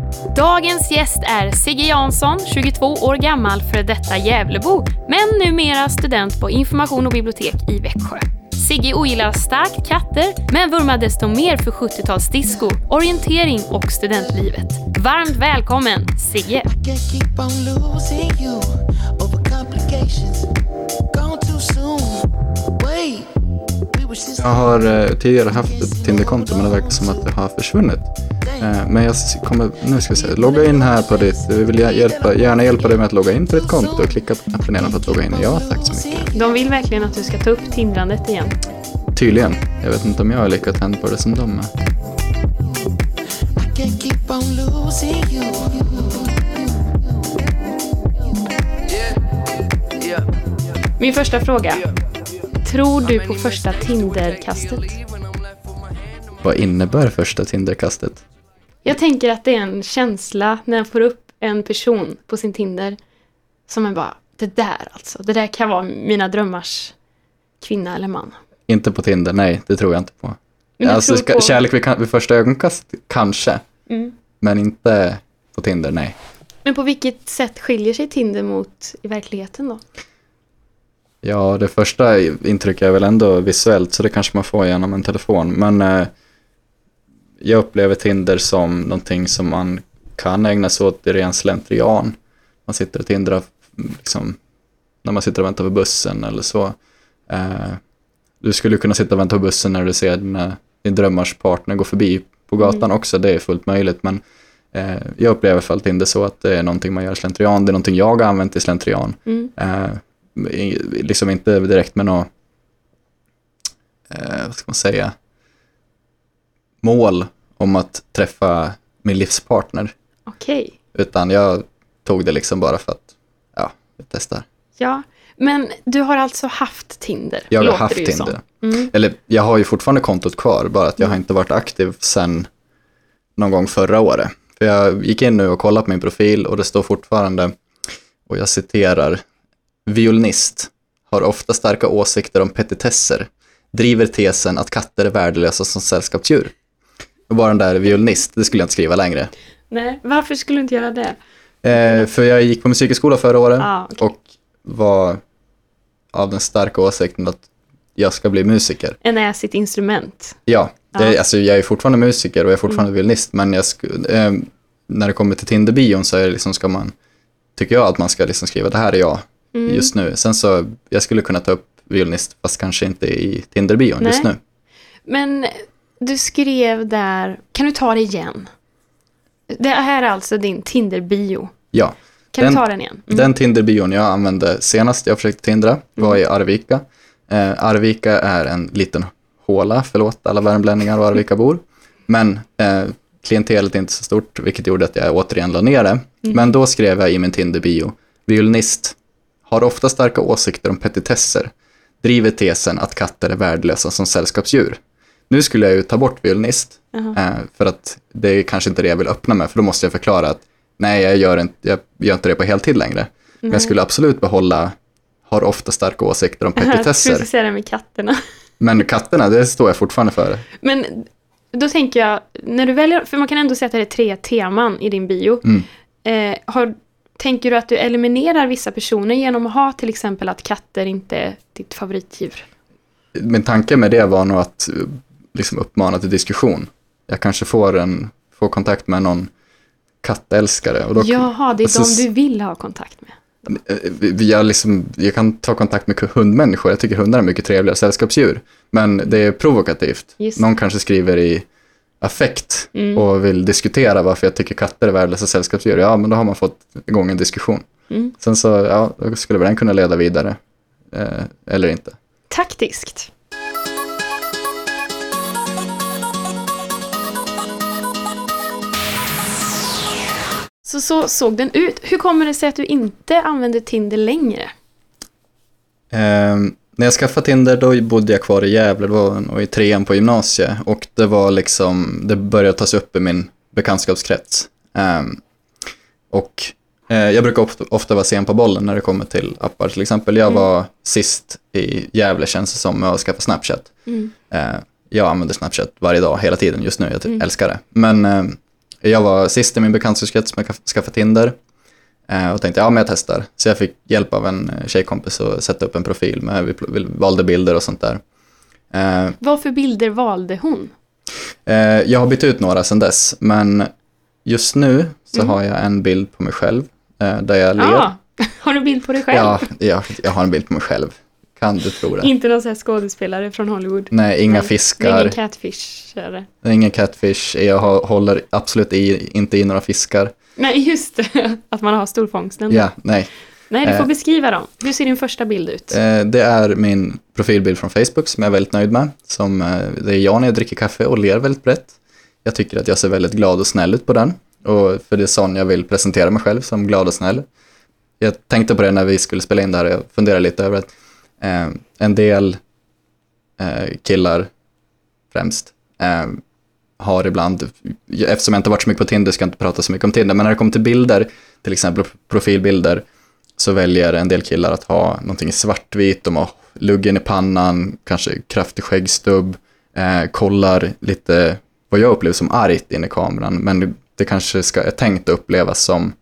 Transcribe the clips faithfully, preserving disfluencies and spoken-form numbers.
Dagens gäst är Sigge Jansson, tjugotvå år gammal, för detta Gävlebo, men numera student på information och bibliotek i Växjö. Sigge ogillar starkt katter, men vurmar desto mer för sjuttiotalsdisco, orientering och studentlivet. Varmt välkommen, Sigge! Jag har eh, tidigare haft ett Tinder-konto, men det verkar som att det har försvunnit. Eh, men jag kommer, nu ska vi se, logga in här på ditt, vi vill hjälpa, gärna hjälpa dig med att logga in på ditt konto och klicka på knappen nedan för att logga in. Ja, tack så mycket. De vill verkligen att du ska ta upp tindrandet igen. Tydligen. Jag vet inte om jag är lika tänd på det som de är. Min första fråga. Tror du på första Tinderkastet? Vad innebär första Tinderkastet? Jag tänker att det är en känsla när jag får upp en person på sin Tinder som är bara, det där alltså. Det där kan vara mina drömmars kvinna eller man. Inte på Tinder, nej, det tror jag inte på. Jag alltså, tror på... Kärlek vid, vid första ögonkast, kanske. Mm. Men inte på Tinder, nej. Men på vilket sätt skiljer sig Tinder mot i verkligheten då? Ja, det första intrycket är väl ändå visuellt, så det kanske man får genom en telefon. Men eh, jag upplever Tinder som någonting som man kan ägna sig åt i ren slentrian. Man sitter och tindrar liksom, när man sitter och väntar på bussen eller så. Eh, du skulle kunna sitta och vänta på bussen när du ser din, din drömmars partner gå förbi på gatan mm. också. Det är fullt möjligt, men eh, jag upplever i alla fall Tinder så att det är någonting man gör i slentrian. Det är någonting jag har använt i slentrian. Mm. Eh, liksom inte direkt med något eh, vad ska man säga mål om att träffa min livspartner. Okej. Okay. Utan jag tog det liksom bara för att ja, jag testar. Ja, men du har alltså haft Tinder. Jag har haft Tinder. Mm. Eller jag har ju fortfarande kontot kvar, bara att jag mm. har inte varit aktiv sedan någon gång förra året. För jag gick in nu och kollade på min profil och det står fortfarande, och jag citerar: violinist, har ofta starka åsikter om petitesser, driver tesen att katter är värdelösa som sällskapsdjur. Och bara den där violinist, det skulle jag inte skriva längre. Nej, varför skulle du inte göra det? Eh, för jag gick på musikskola förra året ah, okay. och var av den starka åsikten att jag ska bli musiker. En är sitt instrument. Ja, ah. jag, alltså jag är fortfarande musiker och jag är fortfarande mm. violinist, men jag sk- eh, när det kommer till Tinder-bion så är det liksom, ska man, tycker jag att man ska liksom skriva det här är jag. Mm. Just nu. Sen så, jag skulle kunna ta upp violinist, fast kanske inte i Tinder-bion just nu. Men du skrev där, kan du ta det igen? Det här är alltså din Tinder-bio. Ja. Kan den, du ta den igen? Mm. Den Tinder-bion jag använde senast jag försökte tindra var mm. i Arvika. Eh, Arvika är en liten håla, förlåt alla värmlänningar och Arvika-bor. Men eh, klientelet är inte så stort, vilket gjorde att jag återigen la ner det. Mm. Men då skrev jag i min Tinder-bio: violinist, har ofta starka åsikter om petitesser, driver tesen att katter är värdelösa som sällskapsdjur. Nu skulle jag ju ta bort violinist, uh-huh. eh, för att det är kanske inte det jag vill öppna med, för då måste jag förklara att nej, jag gör inte, jag gör inte det på heltid längre. Mm. Men jag skulle absolut behålla, har ofta starka åsikter om petitesser. Jag säga det med katterna. Men katterna, det står jag fortfarande för. Men då tänker jag, när du väljer, för man kan ändå säga att det är tre teman i din bio. Mm. Eh, har Tänker du att du eliminerar vissa personer genom att ha till exempel att katter inte är ditt favoritdjur? Min tanke med det var nog att liksom uppmana till diskussion. Jag kanske får, en, får kontakt med någon kattälskare. Och då, Jaha, det är alltså, de du vill ha kontakt med. Jag, liksom, jag kan ta kontakt med hundmänniskor. Jag tycker hundar är mycket trevliga sällskapsdjur. Men det är provokativt. Just. Någon kanske skriver i affekt mm. och vill diskutera varför jag tycker katter är värdelösa sällskapsdjur. Ja, men då har man fått igång en diskussion. Mm. Sen så, ja, då skulle den kunna leda vidare. Eh, eller inte. Taktiskt. Så så såg den ut. Hur kommer det sig att du inte använder Tinder längre? Eh, när jag skaffade Tinder då bodde jag kvar i Gävle och i trean på gymnasiet. Och det var liksom, det började tas upp i min bekantskapskrets. Eh, och eh, jag brukar ofta, ofta vara sen på bollen när det kommer till appar. Till exempel, jag mm. var sist i Gävle känns det som med att skaffa Snapchat. Mm. Eh, jag använder Snapchat varje dag, hela tiden just nu. Jag mm. älskar det. Men... Eh, Jag var sist i min bekantskapskrets med att skaffa Tinder. Eh, och tänkte, ja men jag testar. Så jag fick hjälp av en tjejkompis att sätta upp en profil. Med, vi, vi valde bilder och sånt där. Eh, Vad för bilder valde hon? eh, jag har bytt ut några sedan dess. Men just nu så Mm. har jag en bild på mig själv. Eh, där jag ler. Ah, har du bild på dig själv? Ja, jag, jag har en bild på mig själv. Kan du tro det? Inte någon sån här skådespelare från Hollywood? Nej, inga Nej, fiskar. Det är ingen catfish, eller? Det är ingen catfish. Jag har, håller absolut i, inte i några fiskar. Nej, just det. Att man har storfångsten. Ja, nej. Nej, du får Eh, beskriva dem. Hur ser din första bild ut? Eh, det är min profilbild från Facebook som jag är väldigt nöjd med. Som, eh, det är jag när jag dricker kaffe och ler väldigt brett. Jag tycker att jag ser väldigt glad och snäll ut på den. Och för det är sån jag vill presentera mig själv som glad och snäll. Jag tänkte på det när vi skulle spela in det här och jag funderade lite över att eh, en del eh, killar främst eh, har ibland, eftersom jag inte varit så mycket på Tinder ska jag inte prata så mycket om Tinder, men när det kommer till bilder, till exempel profilbilder, så väljer en del killar att ha någonting i svartvit, de har luggen i pannan, kanske kraftig skäggstubb, eh, kollar lite vad jag upplever som argt in i kameran, men det, det kanske ska, är tänkt att upplevas som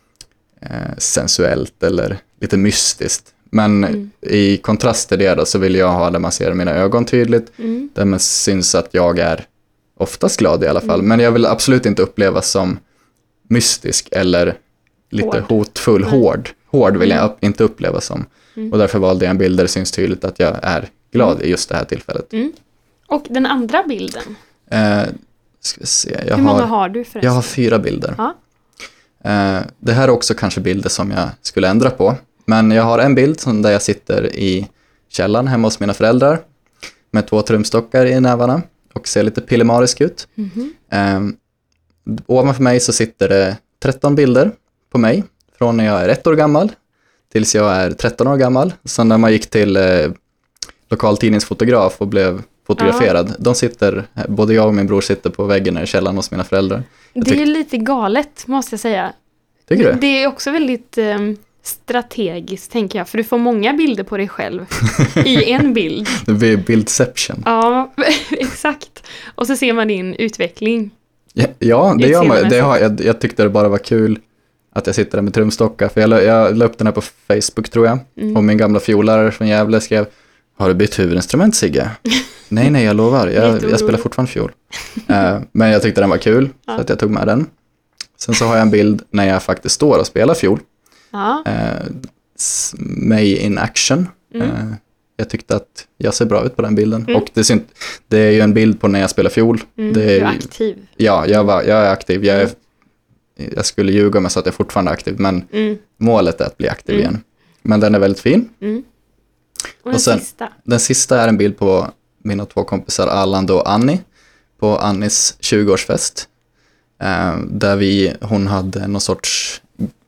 eh, sensuellt eller lite mystiskt. Men Mm. i kontrast till det då, så vill jag ha där man ser mina ögon tydligt, Mm. där man syns att jag är oftast glad i alla fall, Mm. men jag vill absolut inte upplevas som mystisk eller lite Hård. hotfull, Nej. hård. Hård vill jag Mm. upp- inte upplevas som. Mm. Och därför valde jag en bild där det syns tydligt att jag är glad i just det här tillfället. Mm. Och den andra bilden? Eh, ska vi se, jag Hur många har, har du förresten? jag har fyra bilder. Ja. Eh, det här är också kanske bilder som jag skulle ändra på. Men jag har en bild som där jag sitter i källaren hemma hos mina föräldrar med två trumstockar i nävarna och ser lite pillemarisk ut. Mhm. Eh, ovanför mig så sitter det tretton bilder på mig från när jag är ett år gammal tills jag är tretton år gammal. Sen när man gick till eh, lokaltidningsfotograf och blev fotograferad. De sitter, både jag och min bror sitter på väggen i källaren hos mina föräldrar. Jag Det är tyck- lite galet, måste jag säga. Tycker du? Det är också väldigt um, strategiskt, tänker jag. För du får många bilder på dig själv i en bild. Det blir bildception. Ja, exakt. Och så ser man din utveckling. Ja, ja det gör man. Det Utseendemässigt. har, jag, jag tyckte det bara var kul att jag sitter där med trumstockar. För jag, la- jag la upp den här på Facebook tror jag. Mm. Och min gamla fiollärare från Gävle skrev: har du bytt huvudinstrument, Sigge? nej, nej, jag lovar. Jag, Lite jag spelar orolig. fortfarande fiol. uh, men jag tyckte den var kul, Ja. så att jag tog med den. Sen så har jag en bild när jag faktiskt står och spelar fiol. Ja. Uh, s- mig in action. Mm. Uh, jag tyckte att jag ser bra ut på den bilden. Mm. Och det, syn- det är ju en bild på när jag spelar fiol. Mm. Det Du är, är aktiv. ja, jag, var, jag är aktiv. Jag, är, jag skulle ljuga om jag sa att jag fortfarande är aktiv, men Mm. målet är att bli aktiv Mm. igen. Men den är väldigt fin. Mm. Och den Och sen- sista. Den sista är en bild på mina två kompisar Allan och Annie på Annis tjugoårsfest. Eh, där vi, hon hade någon sorts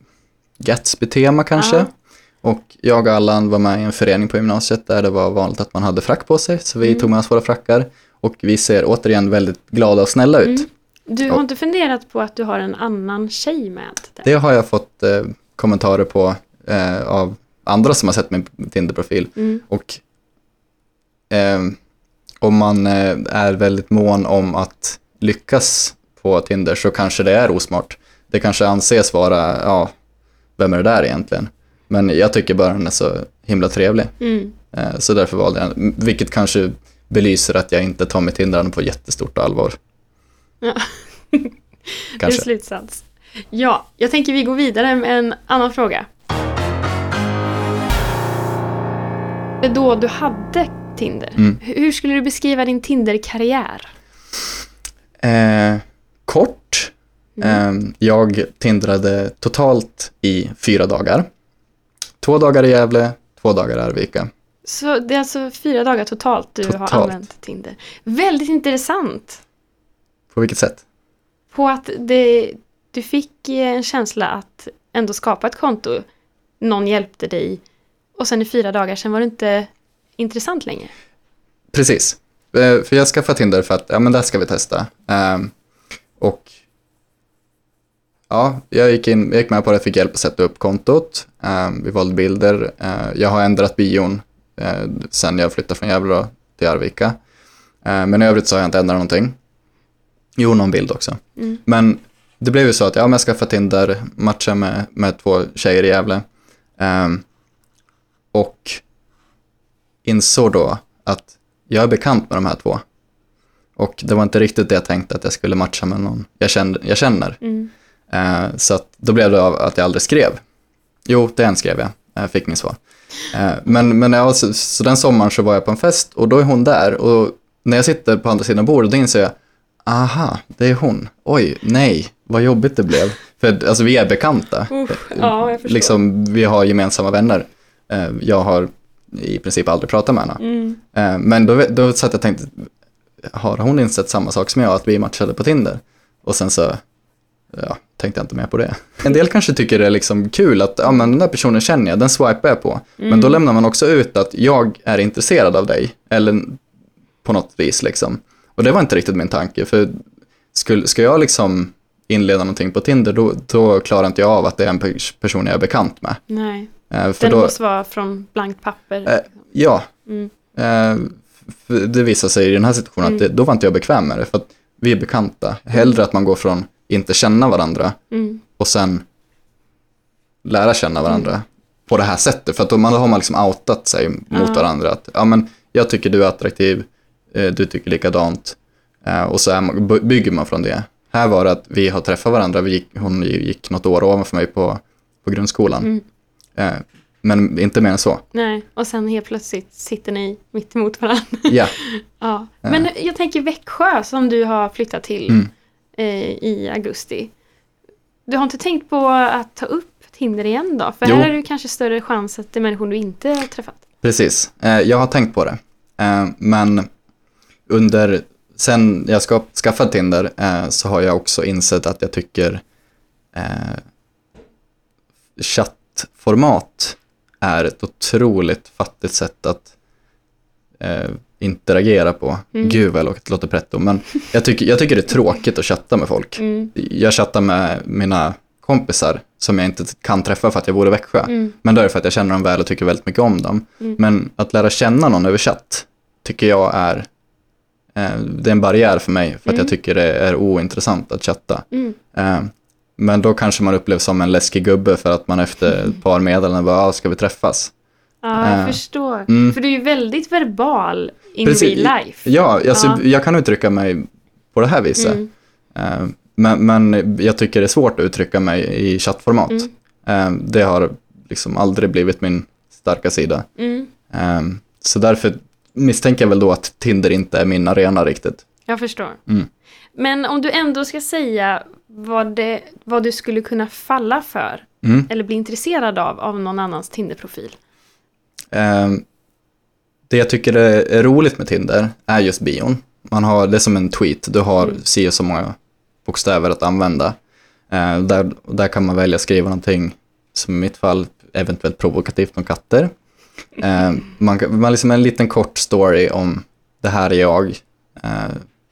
Gatsby-tema kanske. Ja. Och jag och Allan var med i en förening på gymnasiet där det var vanligt att man hade frack på sig. Så vi Mm. tog med oss våra frackar. Och vi ser återigen väldigt glada och snälla ut. Mm. Du har inte funderat på att du har en annan tjej med där? Det har jag fått eh, kommentarer på eh, av andra som har sett min Tinder-profil. Mm. Och eh, om man eh, är väldigt mån om att lyckas på Tinder så kanske det är osmart. Det kanske anses vara, ja, vem är det där egentligen? Men jag tycker bara den är så himla trevlig. Mm. Eh, så därför valde jag den. Vilket kanske belyser att jag inte tar mitt Tinder på jättestort allvar. Ja. Det är Kanske. slutsats. Ja, jag tänker vi går vidare med en annan fråga. Det då du hade Tinder. Mm. Hur skulle du beskriva din Tinder-karriär? Eh, kort. Mm. Eh, jag tindrade totalt i fyra dagar. Två dagar i Gävle, två dagar i Arvika. Så det är alltså fyra dagar totalt du har Totalt. använt Tinder. Väldigt intressant. På vilket sätt? På att det, du fick en känsla att ändå skapa ett konto. Någon hjälpte dig. Och sen i fyra dagar, sen var det inte intressant längre. Precis. Eh, för jag skaffade Tinder för att, ja men det här ska vi testa. Ehm, och ja, jag gick, in, jag gick med på det, fick hjälp att sätta upp kontot. Ehm, vi valde bilder. Ehm, jag har ändrat bion eh, sen jag flyttade från Gävle då, till Arvika. Ehm, men i övrigt så har jag inte ändrat någonting. Jo, någon bild också. Mm. Men det blev ju så att ja, men jag skaffade Tinder, matchade med, med två tjejer i Gävle. Um, och insåg då att jag är bekant med de här två. Och det var inte riktigt det jag tänkte att jag skulle matcha med någon jag känner. Jag känner. Mm. Uh, så att då blev det av att jag aldrig skrev. Jo, det en skrev jag. Jag fick min svar. Uh, men men ja, så, så den sommaren så var jag på en fest och då är hon där. Och när jag sitter på andra sidan bordet, då inser jag, aha, det är hon. Oj, nej, vad jobbigt det blev. För alltså, vi är bekanta. Uh, ja, jag förstår. Liksom, vi har gemensamma vänner. Uh, jag har i princip aldrig pratat med henne. Mm. Uh, men då, då satt jag och tänkte, har hon insett samma sak som jag, att vi matchade på Tinder? Och sen så ja, tänkte jag inte mer på det. En del kanske tycker det är liksom kul att ja, men den där personen känner jag, den swipar jag på. Mm. Men då lämnar man också ut att jag är intresserad av dig. Eller på något vis liksom. Och det var inte riktigt min tanke. För skulle, ska jag liksom inleda någonting på Tinder, då, då klarar inte jag av att det är en person jag är bekant med. Nej, eh, för den då, måste vara från blankt papper. Eh, ja, mm. eh, det visar sig i den här situationen mm. att det, då var inte jag bekväm med det. För att vi är bekanta. Hellre att man går från inte känna varandra mm. och sen lära känna varandra mm. på det här sättet. För att då, man, då har man liksom outat sig mot ah. varandra. Att, ja, men jag tycker du är attraktiv, eh, du tycker likadant. Eh, och så är man, bygger man från det. Här var det att vi har träffat varandra. Vi gick, hon gick något år ovanför mig på, på grundskolan. Mm. Eh, men inte mer än så. Nej, och sen helt plötsligt sitter ni mitt emot varandra. Ja. ja. Men eh. jag tänker Växjö som du har flyttat till. Mm. I augusti. Du har inte tänkt på att ta upp Tinder igen då? För jo. Här är det kanske större chans att det är människor du inte har träffat. Precis. Jag har tänkt på det. Men under, sen jag ska skaffa Tinder så har jag också insett att jag tycker chattformat är ett otroligt fattigt sätt att interagera på. Mm. Gud vad jag låter pretto. Men jag tycker, jag tycker det är tråkigt att chatta med folk. Mm. Jag chattar med mina kompisar som jag inte kan träffa för att jag bor i Växjö. Mm. Men det är för att jag känner dem väl och tycker väldigt mycket om dem. Mm. Men att lära känna någon över chatt tycker jag är eh, det är en barriär för mig. För att mm. jag tycker det är ointressant att chatta. Mm. Eh, men då kanske man upplevs som en läskig gubbe för att man efter ett par meddelanden bara, ah, ska vi träffas? Ja, jag uh, förstår. Mm. För du är ju väldigt verbal in Precis. Real life. Ja, alltså, uh. jag kan uttrycka mig på det här viset. Mm. Uh, men, men jag tycker det är svårt att uttrycka mig i chattformat. Mm. Uh, det har liksom aldrig blivit min starka sida. Mm. Uh, så därför misstänker jag väl då att Tinder inte är min arena riktigt. Jag förstår. Mm. Men om du ändå ska säga vad, det, vad du skulle kunna falla för mm. eller bli intresserad av av någon annans Tinder-profil. Um, det jag tycker är roligt med Tinder är just bion. Man har det som en tweet. Du har mm. si och så många bokstäver att använda. Uh, där, där kan man välja att skriva någonting som i mitt fall eventuellt provokativt om katter. Uh, man man liksom en liten kort story om det här är jag. Uh,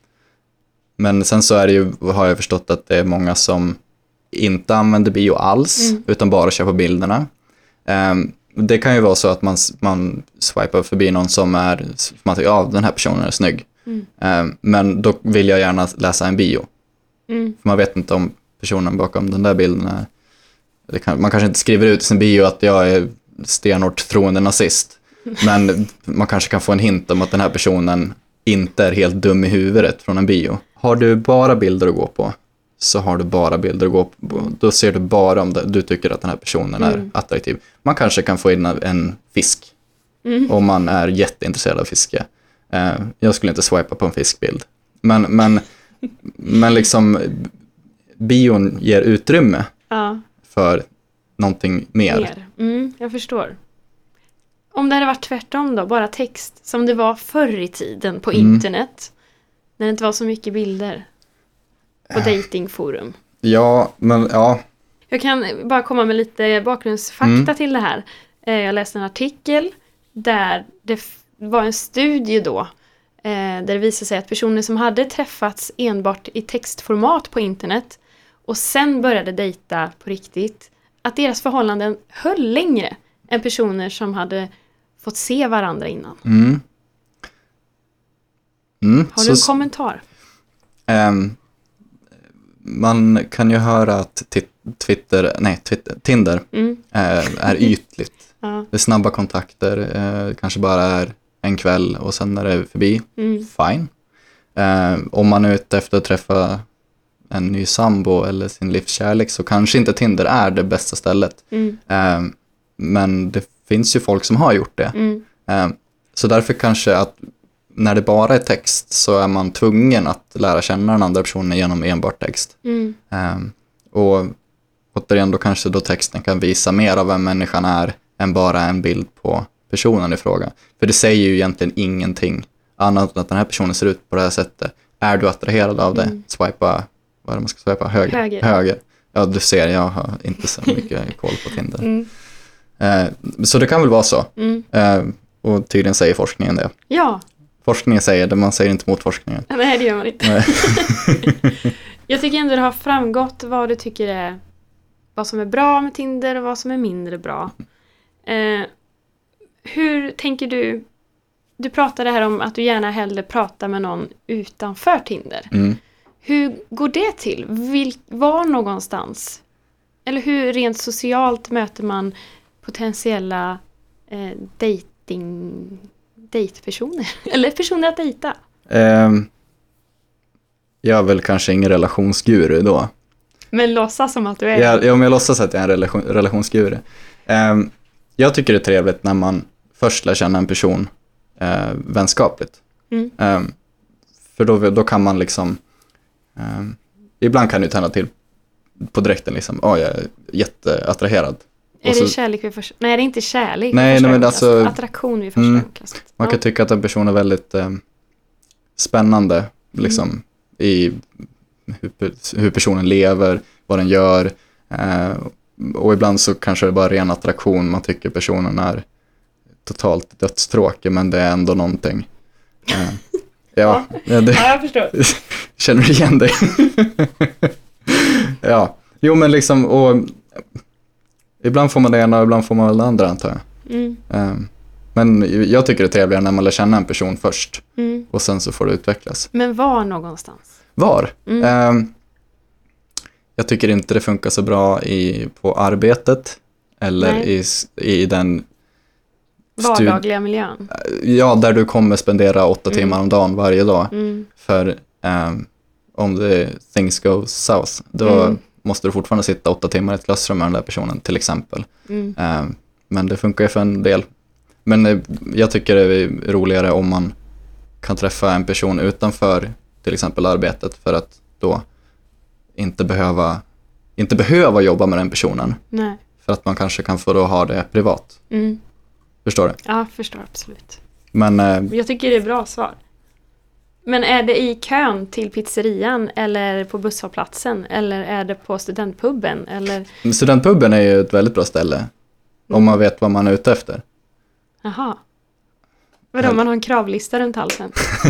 men sen så är det ju, har jag förstått att det är många som inte använder bio alls mm. utan bara kör på bilderna. Um, Det kan ju vara så att man, man swipar förbi någon som är, man tycker, ja, den här personen är snygg. Mm. Um, men då vill jag gärna läsa en bio. Mm. För man vet inte om personen bakom den där bilden är, det kan, man kanske inte skriver ut i sin bio att jag är stenhårt troende nazist. Men man kanske kan få en hint om att den här personen inte är helt dum i huvudet från en bio. Har du bara bilder att gå på, så har du bara bilder att gå på. Då ser du bara om du tycker att den här personen är mm. attraktiv. Man kanske kan få in en fisk. Mm. Om man är jätteintresserad av fiske. Eh, jag skulle inte swipa på en fiskbild. Men, men, men liksom bion ger utrymme ja. för någonting mer. mer. Mm, jag förstår. Om det hade varit tvärtom då, bara text. Som det var förr i tiden på mm. internet. När det inte var så mycket bilder. På datingforum. Ja, men ja. Jag kan bara komma med lite bakgrundsfakta mm. till det här. Jag läste en artikel där det var en studie då. Där det visade sig att personer som hade träffats enbart i textformat på internet och sen började dejta på riktigt, att deras förhållanden höll längre än personer som hade fått se varandra innan. Mm. Mm. Har du en Så, kommentar? Um, man kan ju höra att t- Twitter, nej, Twitter, Tinder Mm. är, är ytligt. Ja. Det är snabba kontakter, eh, kanske bara är en kväll och sen är det förbi. Mm. Fine. Eh, om man är ute efter att träffa en ny sambo eller sin livskärlek så kanske inte Tinder är det bästa stället. Mm. Eh, men det finns ju folk som har gjort det. Mm. Eh, så därför kanske att när det bara är text så är man tvungen att lära känna den andra personen genom enbart text. Mm. Eh, och återigen då kanske då texten kan visa mer av vem människan är än bara en bild på personen i fråga. För det säger ju egentligen ingenting annat än att den här personen ser ut på det här sättet. Är du attraherad av det? Mm. Swipa, vad är det man ska swipa? Höger. Höger. Höger. Ja, du ser, jag har inte så mycket koll på Tinder. Mm. Eh, så det kan väl vara så. Mm. Eh, och tydligen säger forskningen det. Ja. Forskningen säger det, man säger inte mot forskningen. Nej, det gör man inte. Nej. Jag tycker ändå det har framgått vad du tycker är vad som är bra med Tinder och vad som är mindre bra. Eh, hur tänker du? Du pratade här om att du gärna hellre pratar med någon utanför Tinder. Mm. Hur går det till? Vil, var någonstans? Eller hur rent socialt möter man potentiella eh, dating, datepersoner? Eller personer att dejta? Eh, jag är väl kanske ingen relationsguru då. Men låtsas som att du är. Ja, om jag låtsas att jag är en relation, relationsguru. Eh, jag tycker det är trevligt när man först lär känna en person eh, vänskapligt. Mm. Eh, för då, då kan man liksom... Eh, ibland kan det tända till på direkten liksom. Åh, oh, jag är jätteattraherad. Är Och så, det kärlek vid första... Nej, det är inte kärlek Nej, vid första nej, men ögonkastet. alltså- Attraktion vid första Mm. ögonkastet. man kan Ja. tycka att en person är väldigt eh, spännande liksom, Mm. i hur, hur personen lever, vad den gör. Eh, och ibland så kanske det bara är ren attraktion. Man tycker personen är totalt dödstråkig, men det är ändå någonting. Eh, ja, ja. Det, Ja, jag förstår. känner du igen dig? Ja, jo men liksom, och ibland får man det ena och ibland får man väl det andra, antar jag. Mm. Um, men jag tycker det är trevligare när man lär känna en person först Mm. och sen så får det utvecklas. Men var någonstans? Var? Mm. Um, jag tycker inte det funkar så bra i, på arbetet eller i, i den stud- Vardagliga miljön. ja, där du kommer spendera åtta Mm. timmar om dagen varje dag. Mm. För um, om det things go south, då Mm. måste du fortfarande sitta åtta timmar i ett klassrum med den där personen till exempel. Mm. Um, men det funkar ju för en del. Men eh, jag tycker det är roligare om man kan träffa en person utanför till exempel arbetet, för att då inte behöva inte behöva jobba med den personen, Nej. för att man kanske kan få då ha det privat. Mm. Förstår du? Ja, jag förstår absolut. Men eh, Jag tycker det är bra svar. Men är det i kön till pizzerian eller på busshållplatsen eller är det på studentpubben eller... studentpubben är ju ett väldigt bra ställe om man vet vad man är ute efter. Jaha. Vadå, man har en kravlista runt halsen?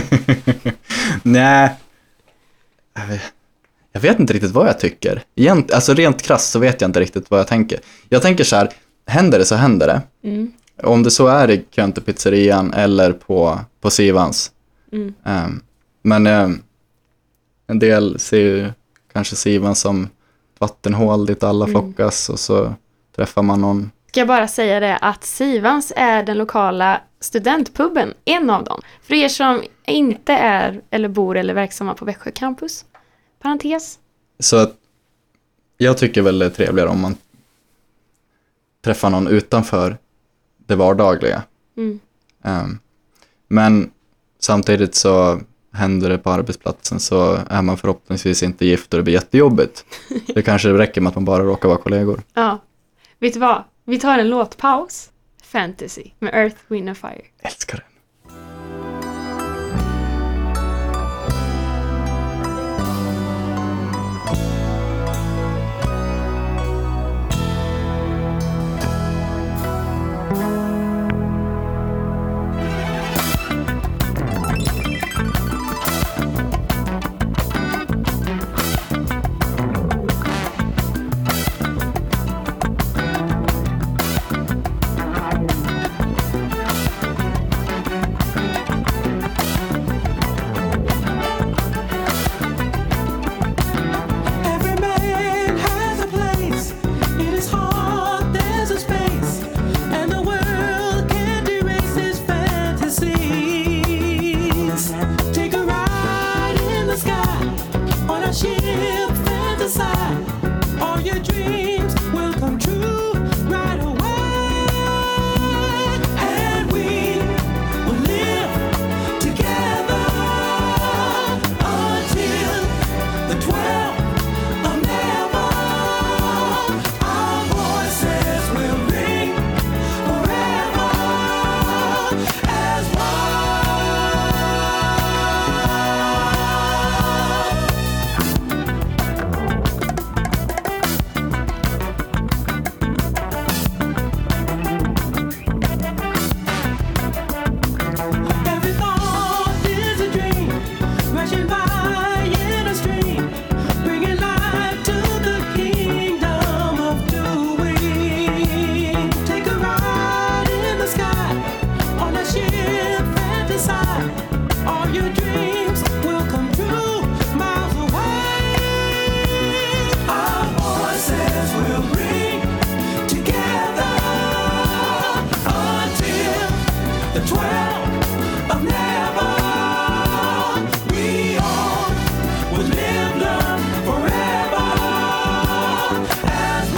Nej. Jag vet, jag vet inte riktigt vad jag tycker. Egent, alltså rent krasst så vet jag inte riktigt vad jag tänker. Jag tänker så här, händer det så händer det. Mm. Om det så är i kön till pizzerian eller på, på Sivans. Mm. Um, men um, en del ser ju kanske Sivans som ett vattenhål dit alla Mm. flockas och så träffar man någon. Ska jag bara säga det att Sivans är den lokala studentpubben, en av dem. För er som inte är eller bor eller verksamma på Växjö campus. Parentes. Så att jag tycker väl det är trevligare om man träffar någon utanför det vardagliga. Mm. Um, men samtidigt så händer det på arbetsplatsen så är man förhoppningsvis inte gift och det blir jättejobbigt. Det kanske räcker med att man bara råkar vara kollegor. Ja. Vet du vad? Vi tar en låtpaus. Fantasy med Earth, Wind and Fire. Älskar det. your dreams will come true right away. And we will live together until the twelfth of never. Our voices will ring forever as every thought is a dream, rushing by in a stream, bringing life to the kingdom of doing. Take a ride in the sky, on a ship fantasy. All your dreams will come true miles away. Our voices will ring together until the twelfth of never. We all will live, learn forever as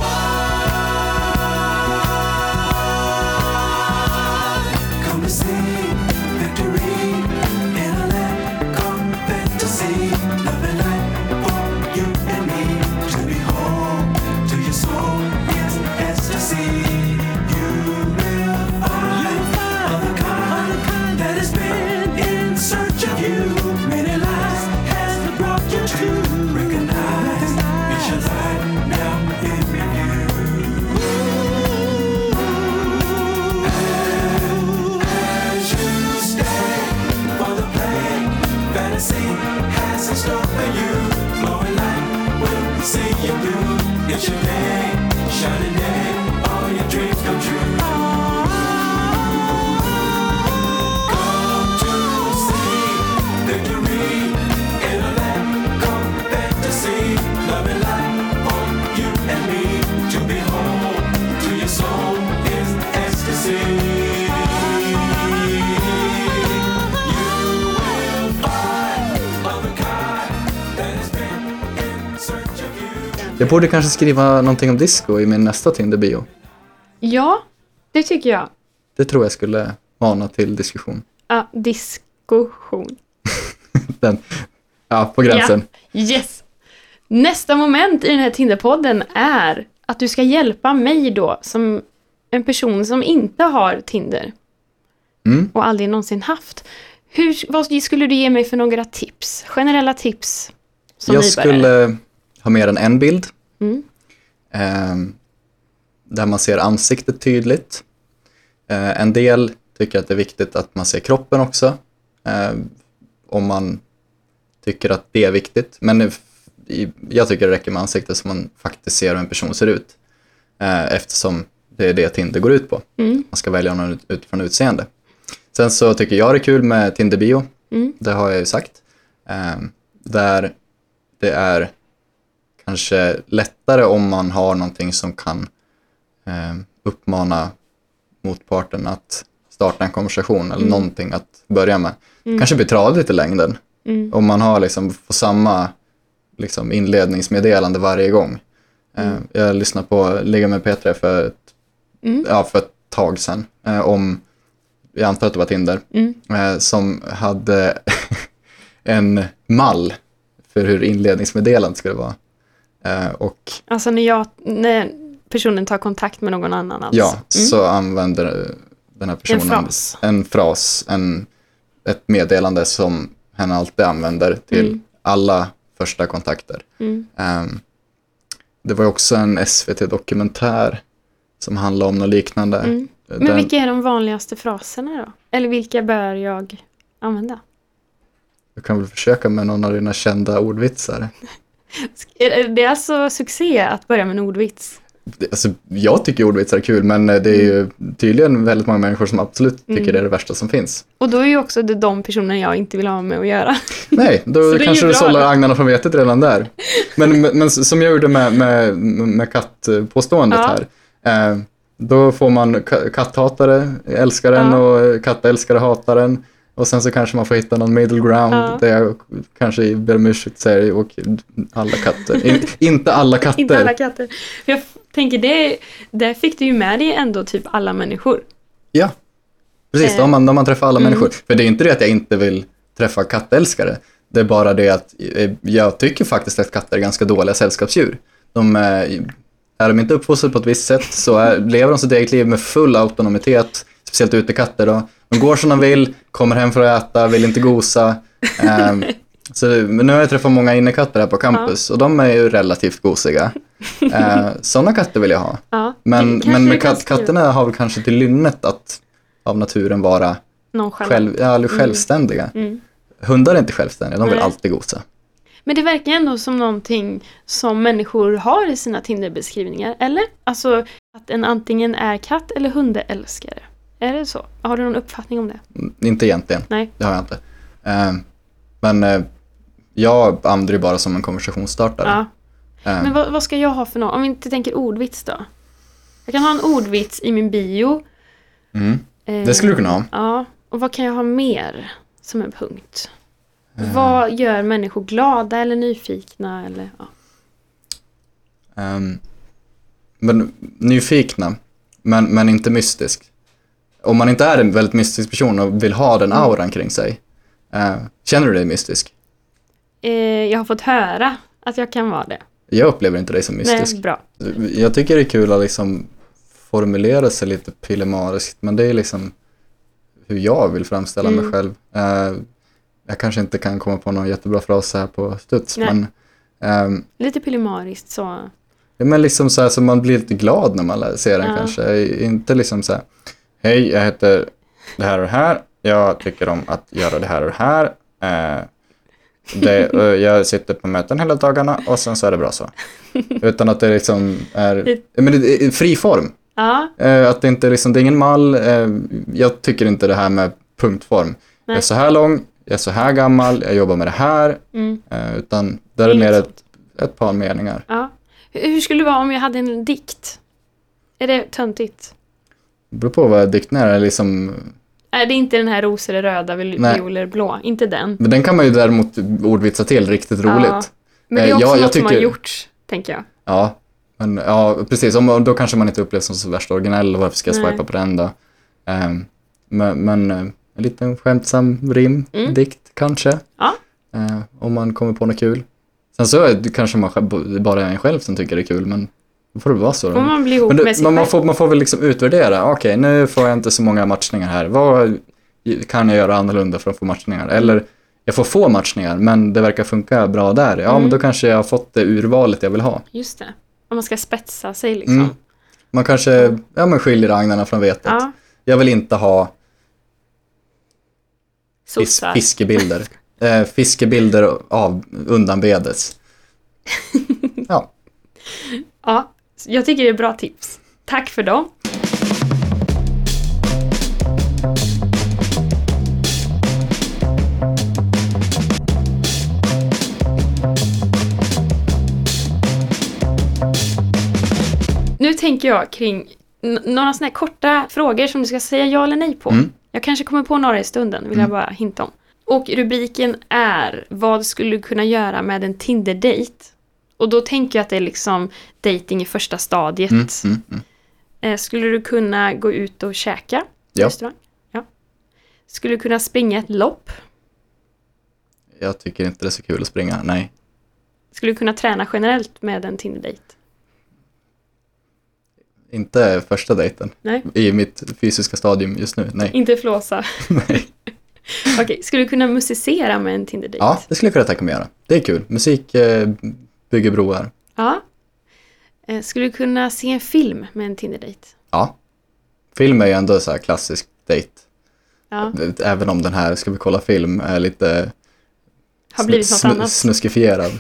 one. Come to see victory in a land called fantasy. Love and light for you and me to be home to your soul. Yes, ecstasy. You will find other kind that has been in search of you. Many lives has brought you to recognize it's your life now in review. As you stay for the play, fantasy has in store for you. Glowing light will see you through. It's your day, shining day, all your dreams come true. Come to see victory in a land called fantasy. Love and light for you and me to be home to your soul is ecstasy. You will find other kind that has been in search of you. Jag borde kanske skriva någonting om disco i min nästa Tinder-bio. Ja, det tycker jag. Det tror jag skulle mana till diskussion. Ja, diskussion. Den, ja, på gränsen. Ja, yes. Nästa moment i den här Tinder-podden är att du ska hjälpa mig då som en person som inte har Tinder Mm. och aldrig någonsin haft. Hur, vad skulle du ge mig för några tips? Generella tips som Jag nybörjare. skulle ha mer än en bild. Mm. Eh, där man ser ansiktet tydligt. Eh, en del tycker att det är viktigt att man ser kroppen också. Eh, om man tycker att det är viktigt. Men nu, i, jag tycker det räcker med ansiktet så man faktiskt ser hur en person ser ut. Eh, eftersom det är det Tinder går ut på. Mm. Man ska välja någon ut, utifrån utseende. Sen så tycker jag det är kul med Tinder-bio. Mm. Det har jag ju sagt. Eh, där det är kanske lättare om man har någonting som kan eh, uppmana motparten att starta en konversation eller Mm. någonting att börja med. Mm. Kanske blir tradigt i längden. Mm. Om man har liksom på samma liksom inledningsmeddelande varje gång. Eh, Mm. jag lyssnade på Ligga med Petra för ett, Mm. ja, för ett tag sedan. Eh, om, jag antar att det var Tinder. Mm. Eh, som hade en mall för hur inledningsmeddelandet skulle vara. Eh, och Alltså när, jag, när personen tar kontakt med någon annan alltså. ja, Mm. så använder den här personen En fras. en, fras en, ett meddelande som hen alltid använder till Mm. alla första kontakter. Mm. Um, det var också en S V T-dokumentär som handlade om något liknande. Mm. Men Den, vilka är de vanligaste fraserna då? Eller vilka bör jag använda? du kan väl försöka med någon av dina kända ordvitsar. Är det alltså succé att börja med en ordvits? Det, alltså, jag tycker ordvitsar är kul, men det är ju tydligen väldigt många människor som absolut tycker Mm. det är det värsta som finns. Och då är ju också det de personer jag inte vill ha med att göra. Nej, Så då det är kanske ju du bra sållar då. agnarna från vetet redan där. Men, men, men som jag gjorde med, med, med kattpåståendet Ja. här. Eh, då får man ka- katthatare, älskaren Ja. och kattälskare hatar den. Och sen så kanske man får hitta någon middle ground Ja. där jag kanske ber om ursäkt säger och alla katter. In, inte alla katter. Inte alla katter. För jag f- tänker, det, där fick du ju med dig ändå typ alla människor. Ja, precis. Eh. Om man, om man träffar alla Mm. människor. För det är inte det att jag inte vill träffa kattälskare. Det är bara det att eh, jag tycker faktiskt att katter är ganska dåliga sällskapsdjur. De eh, är de inte uppfostrade på ett visst sätt så är, lever de sitt eget liv med full autonomitet. Speciellt utekatter då. De går som de vill, kommer hem för att äta, vill inte gosa. Um, så, men nu har jag träffat många innekatter här på campus och de är ju relativt gosiga. Uh, sådana katter vill jag ha. Ja, Men, det kanske men du med kan katt, skriva. katterna har väl kanske till lynnet att av naturen vara Nonchalant. själv, ja, eller självständiga. Mm. Hundar är inte självständiga, de vill Nej. alltid gosa. Men det verkar ändå som någonting som människor har i sina Tinder-beskrivningar, eller? Alltså att en antingen är katt- eller hundälskare. Är det så? Har du någon uppfattning om det? Mm, Inte egentligen, Nej. det har jag inte. Uh, men uh, jag använder det bara som en konversationsstartare. Ja. Uh, Men vad, vad ska jag ha för något? Om vi inte tänker ordvits då? Jag kan ha en ordvits i min bio. mm. Eh, Det skulle du kunna ha. Ja. Och vad kan jag ha mer som en punkt? Vad gör människor glada eller nyfikna? Eller, ja. Um, men nyfikna, men, men inte mystisk. Om man inte är en väldigt mystisk person och vill ha den auran kring sig, uh, känner du dig mystisk? eh, jag har fått höra att jag kan vara det. Jag upplever inte dig som mystisk. Nej, bra. Jag tycker det är kul att liksom formulera sig lite pillemariskt, men det är liksom hur jag vill framställa Mm. mig själv. Uh, jag kanske inte kan komma på någon jättebra fras här på studs, Nej. men um, Lite pillemariskt så. ja, men liksom så här så man blir lite glad när man lä- ser den Ja. kanske. Inte liksom så här, hej, jag heter det här och det här. Jag tycker om att göra det här och det här. Eh, det, eh, jag sitter på möten hela dagarna och sen så är det bra så. Utan att det liksom är, Det- ja, men det är fri form. Ja, Eh, att det inte liksom, det är ingen mall. Eh, jag tycker inte det här med punktform. Jag är så här lång, jag är så här gammal, jag jobbar med det här. mm. Eh, utan det är Inget mer sånt. ett, ett par meningar. ja. Hur hur skulle det vara om jag hade en dikt? Är det töntigt? Det beror på vad dikten är. Liksom, Är det inte den här rosor är röda, viol- Nej. violer blå? Inte den. men den kan man ju däremot ordvitsa till riktigt Ja. roligt. Men det är Eh, också jag- jag något som har tycker- gjorts, tänker jag. Ja, men, ja precis. Om, då kanske man inte upplevs som så värst originell. Varför ska jag Nej. swipa på den då? Um, men men eh, en liten skämtsam rim, Mm. dikt kanske. Ja. Eh, om man kommer på något kul. Sen så är det kanske man själv, det bara är en själv som tycker det är kul. Men då får det vara så. Då. Får man bli ihop Men med det, sig man, man, själv? får, man får väl liksom utvärdera. Okej, nu får jag inte så många matchningar här. Vad kan jag göra annorlunda för att få matchningar? Eller jag får få matchningar, men det verkar funka bra där. Ja, Mm. men då kanske jag har fått det urvalet jag vill ha. Just det. Om man ska spetsa sig liksom. Mm. Man kanske ja, men skiljer agnarna från vetet. Ja, Jag vill inte ha fis, sossar. fiskebilder. eh, fiskebilder av undanbedes. Ja. Ja, jag tycker det är bra tips. Tack för dem. Nu tänker jag kring n- några såna här korta frågor som du ska säga ja eller nej på. Mm. Jag kanske kommer på några i stunden, vill jag bara hinta om. Och rubriken är: vad skulle du kunna göra med en Tinder-date? Och då tänker jag att det är liksom dating i första stadiet. Mm, mm, mm. Eh, skulle du kunna gå ut och käka på Ja. restaurang? Ja. Skulle du kunna springa ett lopp? Jag tycker inte det är så kul att springa, nej. Skulle du kunna träna generellt med en Tinder-date? Inte första dejten. Nej. I mitt fysiska stadium just nu, nej. Inte flåsa? nej. Okej, skulle du kunna musicera med en Tinder-date? Ja, det skulle jag kunna tänka mig göra. Det är kul. Musik eh, bygger broar. Ja. Eh, skulle du kunna se en film med en Tinder-date? Ja. Film är ju ändå så här klassisk dejt. Ja. Även om den här, ska vi kolla film, är lite Har blivit något snu- annat? snuskifierad.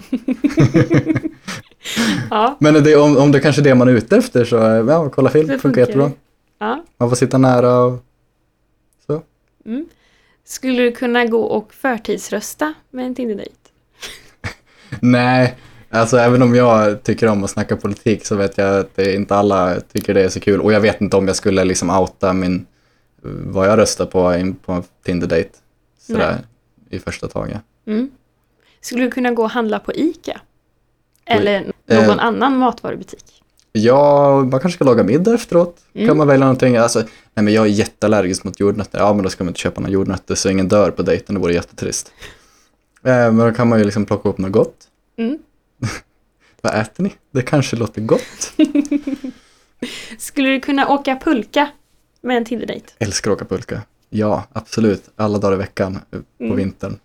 Ja. Men det, om, om det kanske är det man är ute efter så, ja, kolla film, Det funkar funkar. jättebra. Ja. Man får sitta nära och så. Mm. Skulle du kunna gå och förtidsrösta med en Tinder-date? Nej, alltså även om jag tycker om att snacka politik så vet jag att det inte alla tycker det är så kul. Och jag vet inte om jag skulle liksom outa min, vad jag röstar på in på en Tinder-date. sådär i första taget. Mm. Skulle du kunna gå och handla på ICA? Eller någon eh, annan matvarubutik? Ja, man kanske ska laga middag efteråt. Mm. Kan man välja någonting? Alltså, nej men jag är jätteallergisk mot jordnötter. Ja, men då ska man inte köpa några jordnötter så ingen dör på dejten. Det vore jättetrist. Eh, men då kan man ju liksom plocka upp något gott. Mm. Vad äter ni? Det kanske låter gott. Skulle du kunna åka pulka med en Tinder-dejt? Älskar att åka pulka. Ja, absolut. Alla dagar i veckan på Mm. vintern.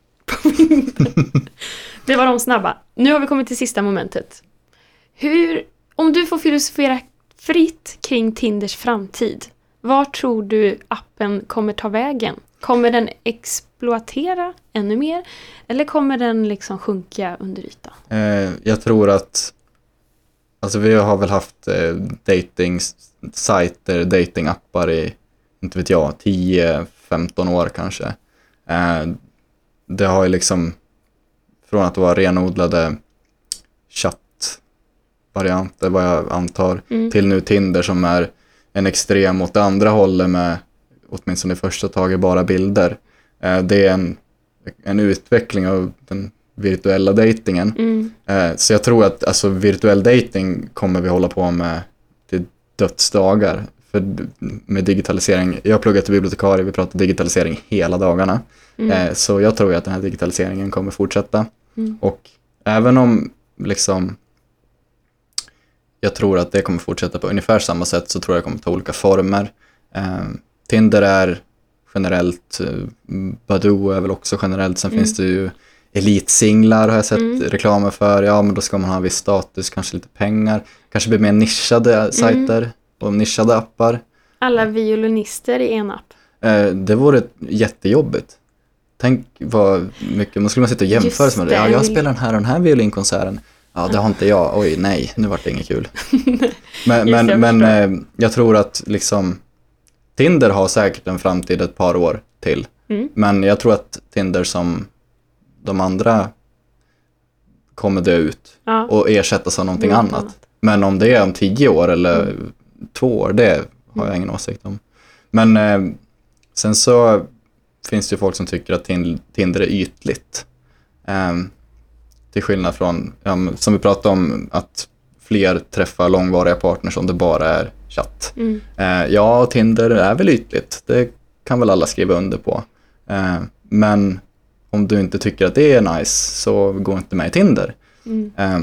Det var de snabba. Nu har vi kommit till sista momentet. Hur, om du får filosofera fritt kring Tinders framtid, var tror du appen kommer ta vägen? Kommer den exploatera ännu mer? Eller kommer den liksom sjunka under ytan? Eh, jag tror att alltså vi har väl haft eh, dating-sajter, dating-appar i, inte vet jag, tio femton år kanske. Eh, det har ju liksom från att vara renodlade chatt-varianter, vad jag antar, Mm. till nu Tinder som är en extrem åt det andra hållet med åtminstone i första taget bara bilder. Eh, det är en, en utveckling av den virtuella datingen. Mm. Eh, så jag tror att alltså, virtuell dating kommer vi hålla på med till dödsdagar. För d- med digitalisering, jag pluggar till bibliotekarie, vi pratar digitalisering hela dagarna. Mm. Eh, så jag tror att den här digitaliseringen kommer fortsätta. Mm. Och även om liksom jag tror att det kommer fortsätta på ungefär samma sätt, så tror jag det kommer ta olika former. Eh, Tinder är generellt, eh, Badoo är väl också generellt, sen Mm. finns det ju elitsinglar har jag sett Mm. reklamer för. Ja, men då ska man ha en viss status, kanske lite pengar. Kanske blir mer nischade sajter och nischade appar. Alla violinister i en app. Eh, det vore jättejobbigt. Tänk vad mycket, man skulle man sitta och jämföra Just med det. det. Ja, jag spelar den här och den här violinkonserten. Ja, det har inte jag. Oj, nej, nu var det inget kul. men Just det, men, jag men förstår. eh, jag tror att liksom Tinder har säkert en framtid ett par år till. Mm. Men jag tror att Tinder som de andra kommer dö ut Ja. och ersättas av någonting Något annat. annat. Men om det är om tio år eller två år, det har jag ingen åsikt om. Men eh, sen så finns det ju folk som tycker att tin- Tinder är ytligt. Eh, till skillnad från, ja, men som vi pratade om, att fler träffar långvariga partners om det bara är chatt. Mm. Eh, ja, Tinder är väl ytligt. Det kan väl alla skriva under på. Eh, men om du inte tycker att det är nice så gå inte med i Tinder. Mm. Eh,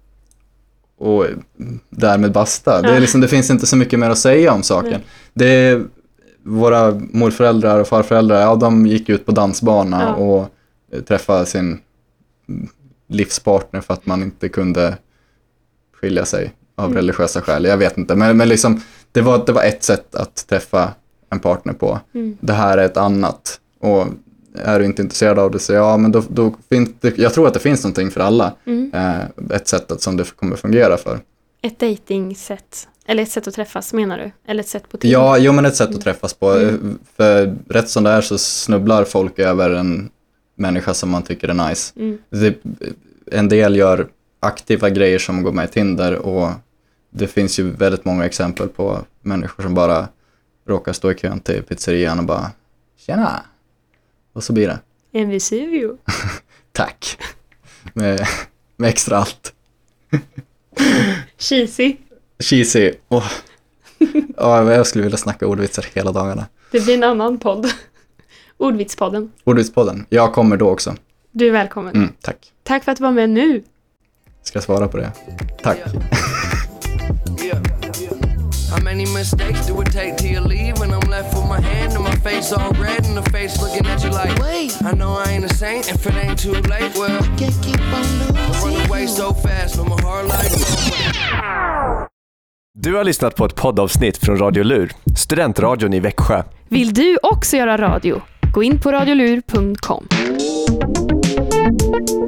och därmed basta. Det, är Ja. liksom, det finns inte så mycket mer att säga om saken. Nej. Det är, våra morföräldrar och farföräldrar, ja, de gick ut på dansbana Ja. och eh, träffade sin livspartner för att man inte kunde skilja sig av Mm. religiösa skäl. Jag vet inte, men, men liksom, det, var, det var ett sätt att träffa en partner på. Mm. Det här är ett annat. Och är du inte intresserad av det så ja, men då, då finns det, jag tror att det finns någonting för alla. Mm. Eh, ett sätt att, som det kommer fungera för. Ett datingsätt. Eller ett sätt att träffas, menar du? Eller ett sätt på Tinder? Ja, jo, men ett sätt att träffas på. Mm. För rätt som det är så snubblar folk över en människa som man tycker är nice. Mm. Det, en del gör aktiva grejer som går med i Tinder och det finns ju väldigt många exempel på människor som bara råkar stå i kön till pizzerian och bara tjena! Och så blir det. En Vesuvio. Tack! Med, med extra allt. Cheesy. Cheesy. Oh. Ja, jag skulle vilja snacka ordvitsar hela dagarna. Det blir en annan podd. Ordvitspodden. Ordvitspodden. Jag kommer då också. Du är välkommen. Mm, tack. Tack för att du var med nu. Ska jag svara på det? Tack. Yeah. How many mistakes do it take till you leave? When I'm left with my hand and my face all red and the face looking at you like, wait, I know I ain't a saint. If it ain't too late, well, I can't keep on losing. Run away so fast from my heart like. Du har lyssnat på ett poddavsnitt från Radio Lur, studentradion i Växjö. Vill du också göra radio? Gå in på radiolur punkt com.